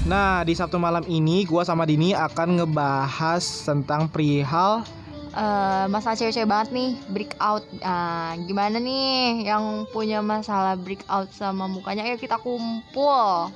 Nah, di Sabtu malam ini gua sama Dini akan ngebahas tentang perihal masalah cewek-cewek banget nih, breakout. Gimana nih yang punya masalah breakout sama mukanya? Ayo kita kumpul.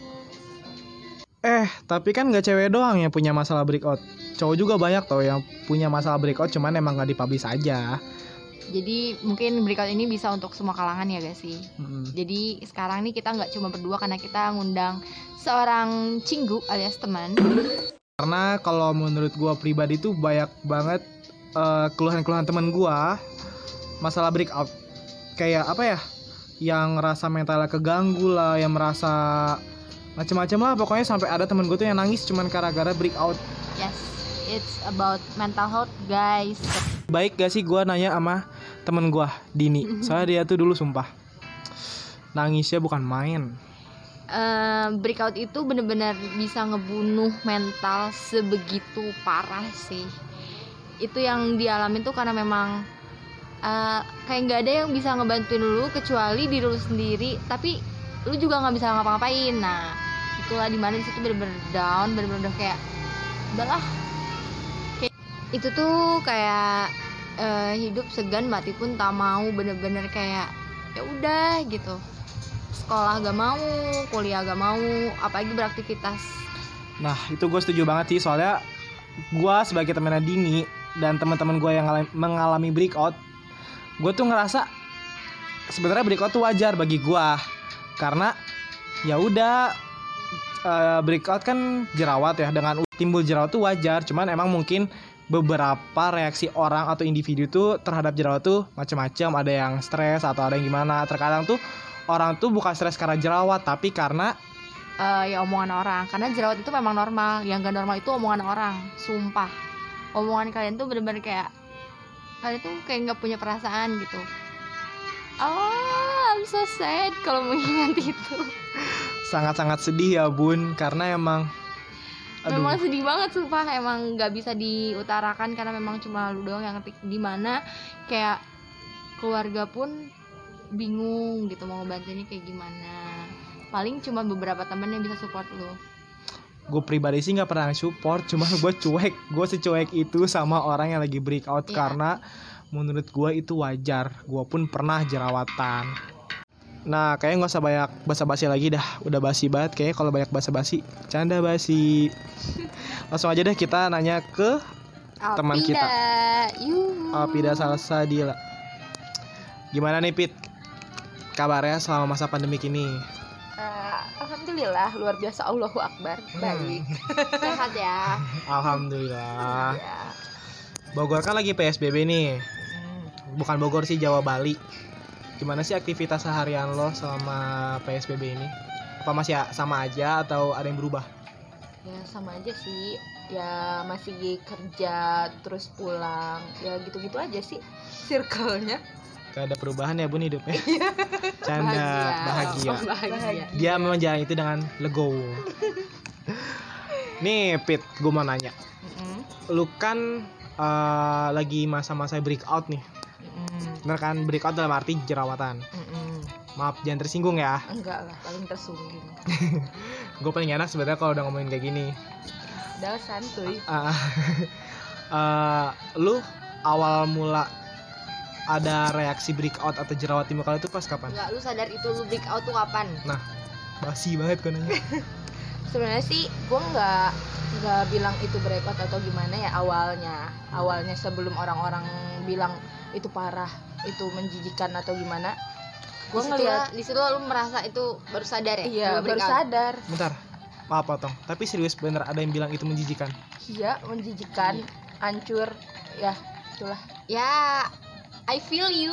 tapi kan gak cewek doang yang punya masalah breakout. Cowok juga banyak tau yang punya masalah breakout, cuman emang gak dipublish aja. Jadi mungkin breakout ini bisa untuk semua kalangan ya guys sih. Jadi sekarang nih kita nggak cuma berdua karena kita ngundang seorang cinggu alias teman. Karena kalau menurut gua pribadi tuh banyak banget keluhan-keluhan teman gua masalah breakout. Kayak apa ya? Yang ngerasa mentalnya keganggu lah, yang merasa macam-macam lah. Pokoknya sampai ada temen gua tuh yang nangis cuman gara-gara breakout. Yes, it's about mental health guys. Baik gak sih gue nanya sama temen gue, Dini. Soalnya dia tuh dulu sumpah nangisnya bukan main. Breakout itu bener-bener bisa ngebunuh mental sebegitu parah sih. Itu yang dialamin tuh karena memang kayak gak ada yang bisa ngebantuin lu kecuali diri lu sendiri. Tapi lu juga gak bisa ngapa-ngapain. Nah itulah dimana disitu bener-bener down, bener-bener udah kayak udahlah. Itu tuh kayak hidup segan mati pun tak mau, bener-bener kayak ya udah gitu, sekolah gak mau, kuliah gak mau, apalagi beraktivitas. Nah itu gue setuju banget sih, soalnya gue sebagai temennya Dini dan teman-teman gue yang mengalami breakout, gue tuh ngerasa sebenarnya breakout tuh wajar bagi gue, karena ya udah breakout kan jerawat ya, dengan timbul jerawat tuh wajar. Cuman emang mungkin beberapa reaksi orang atau individu tuh terhadap jerawat tuh macam-macam. Ada yang stres atau ada yang gimana. Terkadang tuh orang tuh bukan stres karena jerawat, tapi karena ya omongan orang. Karena jerawat itu memang normal. Yang gak normal itu omongan orang. Sumpah, omongan kalian tuh bener-bener kayak kalian tuh kayak gak punya perasaan gitu. I'm so sad kalau mengingat itu. Sangat-sangat sedih ya bun, karena emang memang sedih banget sumpah, emang nggak bisa diutarakan karena memang cuma lu doang yang ngerti. Dimana kayak keluarga pun bingung gitu mau ngebantuinnya kayak gimana. Paling cuma beberapa temen yang bisa support lu. Gue pribadi sih nggak pernah support, cuma gue cuek. Gue secuek itu sama orang yang lagi breakout, karena menurut gue itu wajar. Gue pun pernah jerawatan. Nah, kayaknya gak usah banyak basa-basi lagi dah. Udah basi banget kayaknya kalau banyak basa-basi. Canda basi. Langsung aja deh kita nanya ke teman kita. Alpida Salsadila. Gimana nih Pit, kabarnya selama masa pandemik ini? Alhamdulillah, luar biasa, Allahu Akbar. Baik. Sehat ya. Alhamdulillah. Bogor kan lagi PSBB nih. Bukan Bogor sih, Jawa Bali. Gimana sih aktivitas seharian lo selama PSBB ini? Apa masih sama aja atau ada yang berubah? Ya sama aja sih. Ya masih kerja terus pulang. Ya gitu-gitu aja sih circle-nya. Gak ada perubahan ya bun hidupnya? Canda, bahagia. Dia menjalani itu dengan legowo. Nih Pit, gue mau nanya. Lu kan lagi masa-masa breakout nih. Bener kan, breakout dalam arti jerawatan. Maaf jangan tersinggung ya. Enggak lah, paling tersinggung. Gue paling enak sebenarnya kalau udah ngomongin kayak gini. Udah santuy. Lu awal mula ada reaksi breakout atau jerawat di muka lu tuh pas kapan? Enggak, lu sadar itu lu breakout tuh kapan? Nah, basi banget gue nanya. Sebenarnya sih gue nggak bilang itu breakout atau gimana ya awalnya sebelum orang-orang bilang itu parah, itu menjijikan atau gimana. Gue ngeliat di situ lu merasa itu baru sadar ya? Iya, baru sadar. Bentar, maaf potong. Tapi serius bener ada yang bilang itu menjijikan? Iya, menjijikan, hancur, ya itulah. Ya, I feel you.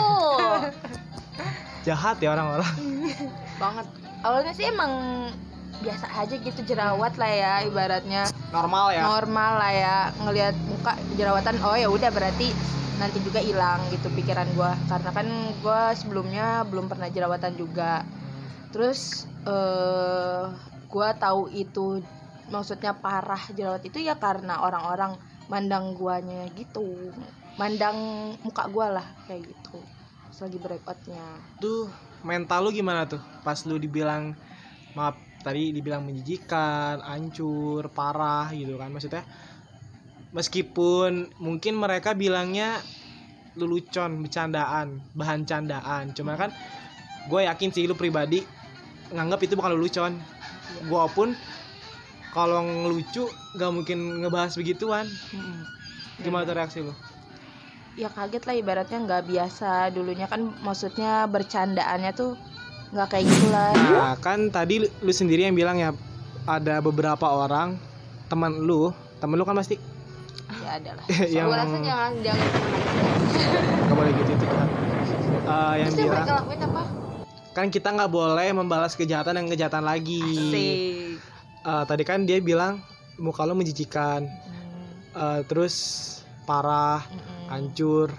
Jahat ya orang-orang. Banget. Awalnya sih emang biasa aja gitu, jerawat lah ya ibaratnya. Normal ya. Normal lah ya, ngelihat muka jerawatan. Oh ya udah berarti nanti juga hilang gitu pikiran gue, karena kan gue sebelumnya belum pernah jerawatan juga. Terus gue tahu itu maksudnya parah jerawat itu ya karena orang-orang mandang guanya gitu, mandang muka gue lah kayak gitu lagi breakoutnya. Tuh mental lu gimana tuh pas lu dibilang, maaf tadi dibilang menjijikan, hancur, parah gitu kan. Maksudnya meskipun mungkin mereka bilangnya lelucon, bercandaan, bahan candaan, cuma kan gue yakin sih lu pribadi nganggap itu bukan lelucon. Gue pun kalau ngelucu gak mungkin ngebahas begituan. Gimana tuh reaksi lu? Ya kaget lah, ibaratnya nggak biasa. Dulunya kan maksudnya bercandaannya tuh nggak kayak gitulah. Nah kan tadi lu sendiri yang bilang ya, ada beberapa orang teman lu kan pasti Ya ada lah. yang Gue rasa jangan teman aja. gak boleh gitu itu kan. Yang Terus yang bilang mereka lakuin apa? kan kita nggak boleh membalas kejahatan dengan kejahatan lagi. Asik. Tadi kan dia bilang muka lo menjijikan, terus parah, hancur.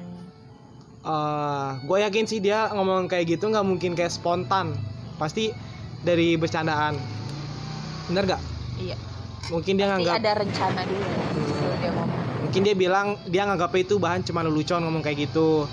Gue yakin sih dia ngomong kayak gitu nggak mungkin kayak spontan, pasti dari bercandaan. Bener gak? Iya. Mungkin dia Pasti nganggap, ada rencana dulu sebelum dia ngomong. mungkin dia bilang dia nganggapnya itu bahan cuma lelucon ngomong kayak gitu.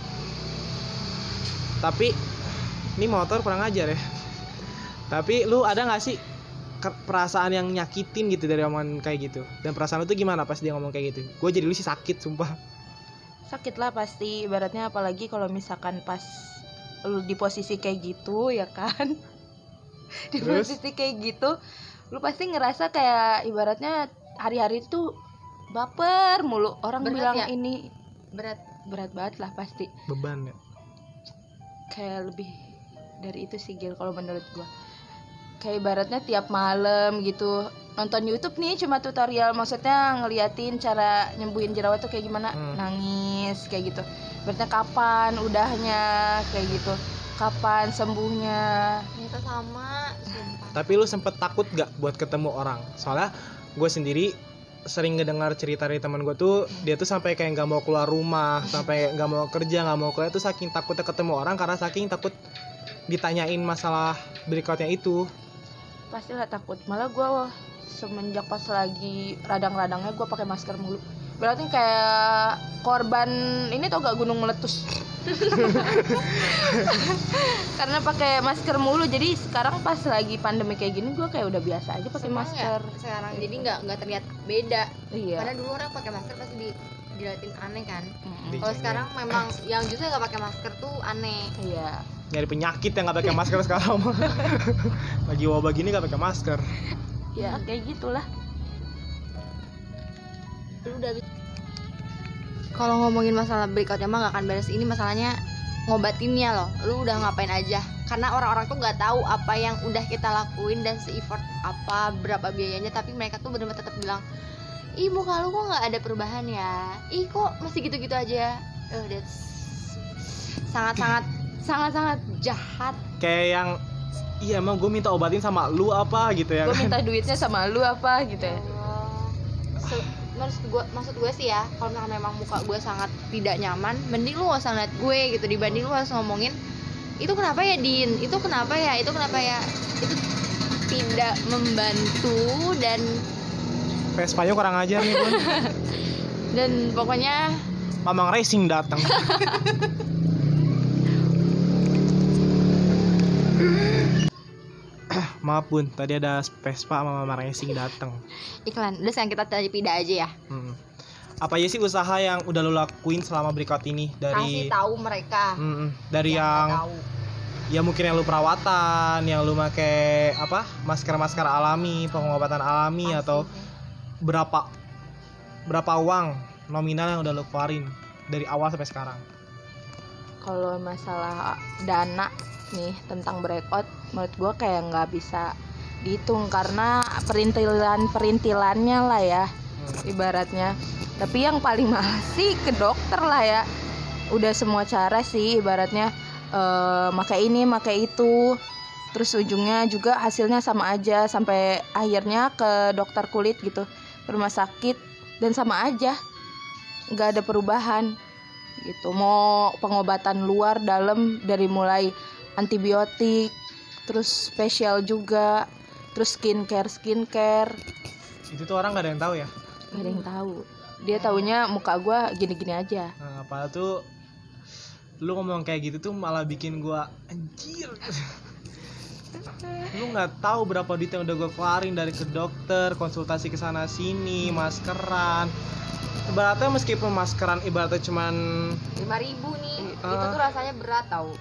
Tapi ini motor kurang ajar ya. Tapi lu ada nggak sih perasaan yang nyakitin gitu dari omongan kayak gitu? Dan perasaan lu tuh gimana pas dia ngomong kayak gitu? Gue jadi lu sih sakit sumpah. Sakit lah pasti, ibaratnya apalagi kalau misalkan pas lu di posisi kayak gitu ya kan. Di Terus? posisi kayak gitu lu pasti ngerasa kayak ibaratnya hari-hari tuh baper mulu. Orang Berat bilang ya? ini Berat banget lah pasti. Beban ya. Kayak lebih dari itu sih Gil kalau menurut gua. Kayak ibaratnya tiap malam gitu nonton YouTube nih cuma tutorial, maksudnya ngeliatin cara nyembuhin jerawat tuh kayak gimana, nangis kayak gitu. Ibaratnya kapan udahnya kayak gitu, kapan sembuhnya. Ternyata sama, sumpah. Tapi lu sempet takut gak buat ketemu orang? Soalnya gue sendiri sering ngedengar cerita dari teman gue tuh, dia tuh sampai kayak nggak mau keluar rumah, sampai nggak mau kerja, nggak mau kuliah tuh saking takutnya ketemu orang karena saking takut ditanyain masalah berikutnya itu. Pastilah takut. Malah gue semenjak pas lagi radang-radangnya gue pakai masker mulu. Berarti kayak korban ini tau gak gunung meletus. Karena pakai masker mulu. Jadi sekarang pas lagi pandemi kayak gini gue kayak udah biasa aja pakai Senang masker. ya sekarang, jadi nggak terlihat beda. Iya. Karena dulu orang pakai masker pasti diliatin aneh kan. Kalau Dicengin. sekarang memang yang justru nggak pakai masker tuh aneh. Iya. Nyari penyakit yang nggak pakai masker sekarang. Lagi wabah gini nggak pakai masker. Ya kayak gitulah. Lu udah kalau ngomongin masalah breakoutnya mah nggak akan beres. Ini masalahnya ngobatinnya loh. Lu udah ngapain aja? Karena orang-orang tuh nggak tahu apa yang udah kita lakuin dan se-effort apa, berapa biayanya. Tapi mereka tuh benar-benar tetap bilang, ih muka lu kok nggak ada perubahan ya? Ih kok masih gitu-gitu aja? That's sangat jahat. Kayak yang iya emang gue minta obatin sama lu apa gitu ya. Gue minta duitnya sama lu apa gitu ya. Maksud gue sih ya, kalau misalkan memang muka gue sangat tidak nyaman, mending lu gak usah ngeliat gue gitu, dibanding lu harus ngomongin itu kenapa ya Din, itu kenapa ya, itu tidak membantu. Dan Vespanya kurang ajar nih gue. dan pokoknya Mamang Racing datang. Maaf bun, tadi ada Vespa sama Mama Racing datang. iklan, udah sekarang kita tadi pindah aja ya. Apa aja sih usaha yang udah lo lakuin selama breakout ini dari Kasih tahu mereka dari yang nggak tahu. ya mungkin yang lu perawatan, yang lu make apa masker alami, pengobatan alami, Kasih. atau berapa uang nominal yang udah lu keluarin dari awal sampai sekarang? Kalau masalah dana nih tentang breakout, menurut gue kayak nggak bisa dihitung karena perintilannya lah ya ibaratnya. Tapi yang paling mahal sih ke dokter lah ya. Udah semua cara sih ibaratnya, makai ini makai itu, terus ujungnya juga hasilnya sama aja, sampai akhirnya ke dokter kulit gitu, ke rumah sakit, dan sama aja, nggak ada perubahan gitu. Mau pengobatan luar dalam, dari mulai antibiotik, terus spesial juga, terus skincare Itu tuh orang nggak ada yang tahu ya. nggak ada yang tahu. Dia taunya muka gue gini-gini aja. Nah, padahal tuh lu ngomong kayak gitu tuh malah bikin gua anjir. Lu nggak tahu berapa duit yang udah gue keluarin dari ke dokter, konsultasi ke sana sini, maskeran. Ibaratnya meskipun maskeran ibaratnya cuman 5.000 nih, Ah. itu tuh rasanya berat tau.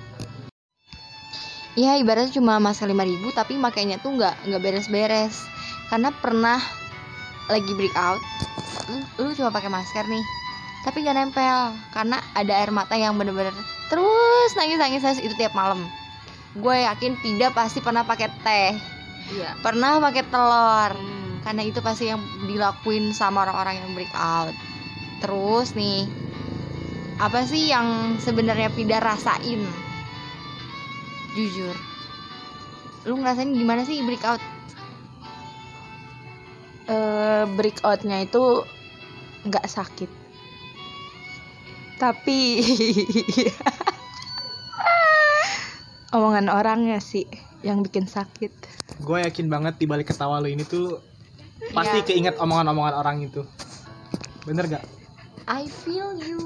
Ya ibaratnya cuma masker 5.000 tapi makainya tuh nggak beres-beres. Karena pernah lagi breakout, lu cuma pakai masker nih, tapi nggak nempel karena ada air mata yang bener-bener terus nangis itu tiap malam. Gue yakin Pida pasti pernah pakai teh, Iya. pernah pakai telur, karena itu pasti yang dilakuin sama orang-orang yang breakout. Terus nih, apa sih yang sebenarnya Pida rasain? Jujur, lu ngerasain gimana sih breakout? Breakoutnya itu nggak sakit, tapi omongan orangnya sih yang bikin sakit. gue yakin banget di balik ketawa lu ini tuh pasti Iya. keinget omongan-omongan orang itu. Bener gak? I feel you.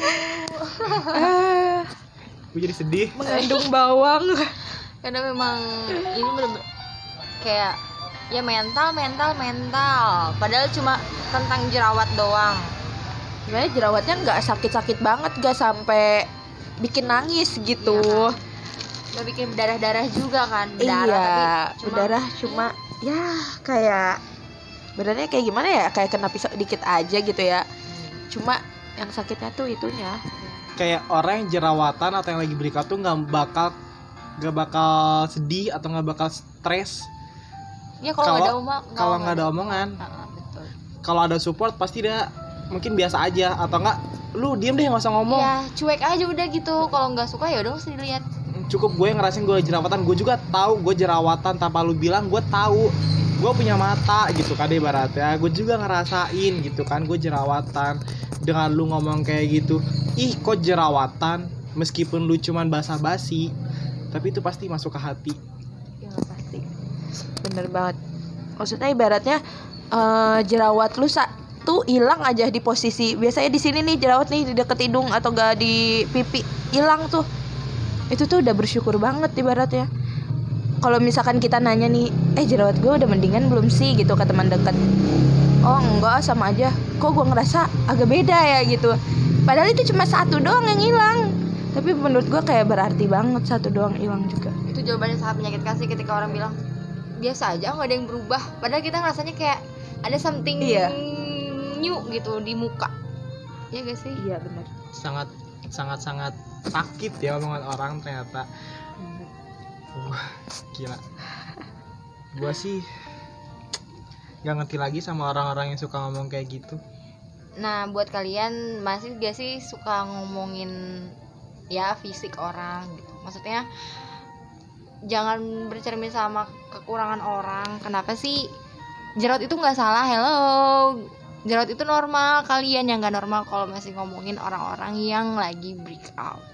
Gue jadi sedih. Mengandung bawang. Karena memang ini bener-bener kayak ya mental. Padahal cuma tentang jerawat doang. Sebenarnya jerawatnya nggak sakit-sakit banget, nggak sampai bikin nangis gitu. Iya, Gak bikin darah-darah juga kan. Iya, tapi berdarah cuma ya kayak benernya kayak gimana ya, kayak kena pisau dikit aja gitu ya. Cuma yang sakitnya tuh itunya. Kayak orang yang jerawatan atau yang lagi breakout tuh nggak bakal sedih atau nggak bakal stres ya kalau nggak ada kalau nggak ada omongan. Betul. Kalau ada support pasti dia mungkin biasa aja, atau enggak lu diem deh nggak usah ngomong. Ya cuek aja udah gitu. Kalau nggak suka ya udah mesti dilihat. Cukup gue ngerasain gue jerawatan, gue juga tahu gue jerawatan tanpa lu bilang. Gue tahu gue punya mata gitu kan ibaratnya. Gue juga ngerasain gitu kan gue jerawatan. Dengan lu ngomong kayak gitu, ih kok jerawatan, meskipun lu cuman basa-basi tapi itu pasti masuk ke hati. Ya pasti. Bener banget. Maksudnya ibaratnya jerawat lu tuh hilang aja di posisi. Biasanya di sini nih jerawat nih di deket hidung atau gak di pipi, hilang tuh. Itu tuh udah bersyukur banget ibaratnya. Kalau misalkan kita nanya nih, jerawat gue udah mendingan belum sih gitu ke teman dekat. Oh enggak, sama aja. Kok gue ngerasa agak beda ya gitu. Padahal itu cuma satu doang yang hilang. Tapi menurut gue kayak berarti banget satu doang hilang juga. Itu jawabannya sangat menyakitkan sih ketika orang bilang biasa aja nggak ada yang berubah. Padahal kita ngerasanya kayak ada something Iya. new gitu di muka. Ya gak sih? Iya benar. Sangat sakit ya omongan orang ternyata. Gila. Gua sih gak ngerti lagi sama orang-orang yang suka ngomong kayak gitu. Nah buat kalian masih gak sih suka ngomongin ya fisik orang gitu? Maksudnya jangan bercermin sama kekurangan orang. Kenapa sih? Jerawat itu nggak salah. Hello, jerawat itu normal. Kalian yang nggak normal kalau masih ngomongin orang-orang yang lagi breakout.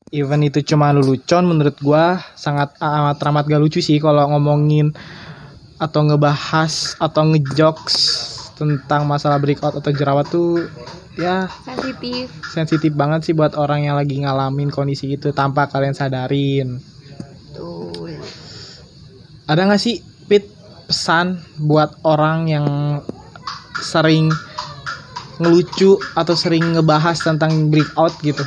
even itu cuma lelucon, menurut gua sangat amat teramat gak lucu sih kalau ngomongin atau ngebahas atau ngejokes tentang masalah breakout atau jerawat tuh ya sensitif banget sih buat orang yang lagi ngalamin kondisi itu tanpa kalian sadarin. Tuh. Ada nggak sih Pit pesan buat orang yang sering ngelucu atau sering ngebahas tentang breakout gitu?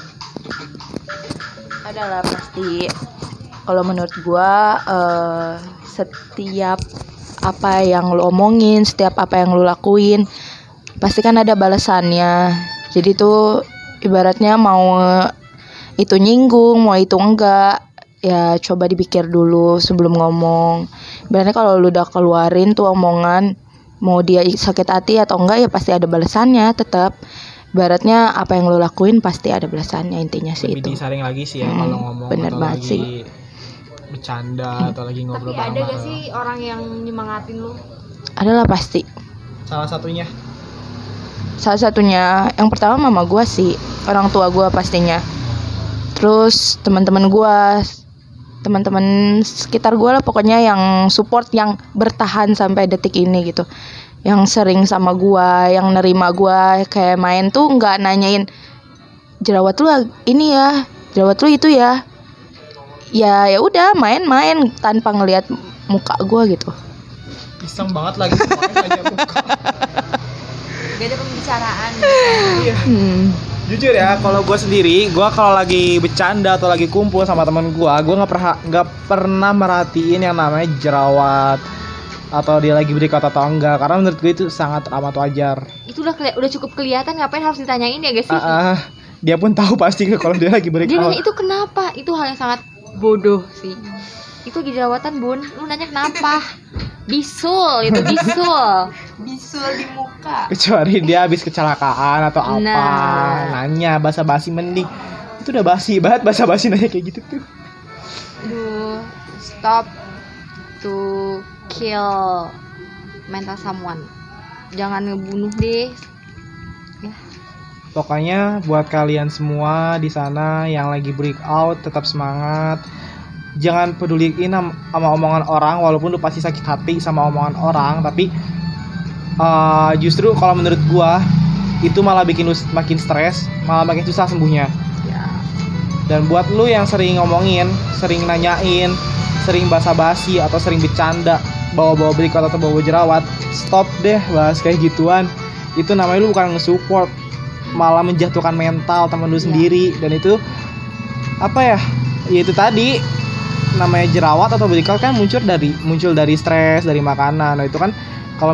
Adalah pasti. Kalau menurut gua setiap apa yang lu omongin, setiap apa yang lu lakuin pasti kan ada balasannya. Jadi tuh ibaratnya mau itu nyinggung, mau itu enggak, ya coba dipikir dulu sebelum ngomong. Ibaratnya kalau lu udah keluarin tuh omongan, mau dia sakit hati atau enggak ya pasti ada balasannya tetap. Ibaratnya apa yang lu lakuin pasti ada balasannya, intinya sih Lebih itu. disaring lagi sih ya kalau ngomong Bener atau banget lagi sih. bercanda atau lagi ngobrol. Tapi ada gak sih orang yang nyemangatin lu? Adalah pasti. Salah satunya Salah satunya yang pertama mama gua sih, orang tua gua pastinya. Terus teman-teman gua, teman-teman sekitar gua lah pokoknya yang support, yang bertahan sampai detik ini gitu. Yang sering sama gua, yang nerima gua kayak main tuh nggak nanyain jerawat lu ini ya, jerawat lu itu ya. Ya udah main-main tanpa ngelihat muka gua gitu. iseng banget lagi main aja muka. Gak ada pembicaraan. Iya. Jujur ya, kalau gue sendiri, gue kalau lagi bercanda atau lagi kumpul sama teman gue nggak pernah merhatiin yang namanya jerawat atau dia lagi breakout atau enggak, karena menurut gue itu sangat amat wajar. Itu udah cukup kelihatan, ngapain harus ditanyain ya guys sih? Dia pun tahu pasti kalau dia lagi Dia breakout. nanya itu kenapa? Itu hal yang sangat bodoh sih. Itu lagi jerawatan bun, lu nanya kenapa? Bisul, itu bisul. Bisul di muka. Kecuali dia habis kecelakaan atau apa, nanya basa-basi mending. Itu udah basi banget basa-basi nanya kayak gitu tuh. Aduh, stop to kill mental someone. Jangan ngebunuh deh. Pokoknya buat kalian semua di sana yang lagi breakout, tetap semangat. Jangan peduliin sama omongan orang, walaupun lu pasti sakit hati sama omongan orang, tapi justru kalau menurut gua itu malah bikin lu makin stres, malah makin susah sembuhnya. Dan buat lu yang sering ngomongin, sering nanyain, sering basa-basi atau sering bercanda bawa-bawa breakout atau bawa jerawat, stop deh bahas kayak gituan. Itu namanya lu bukan nge-support, malah menjatuhkan mental temen lu sendiri. Dan itu apa ya? Ya itu tadi namanya jerawat atau breakout kan muncul dari stres, dari makanan. Nah, itu kan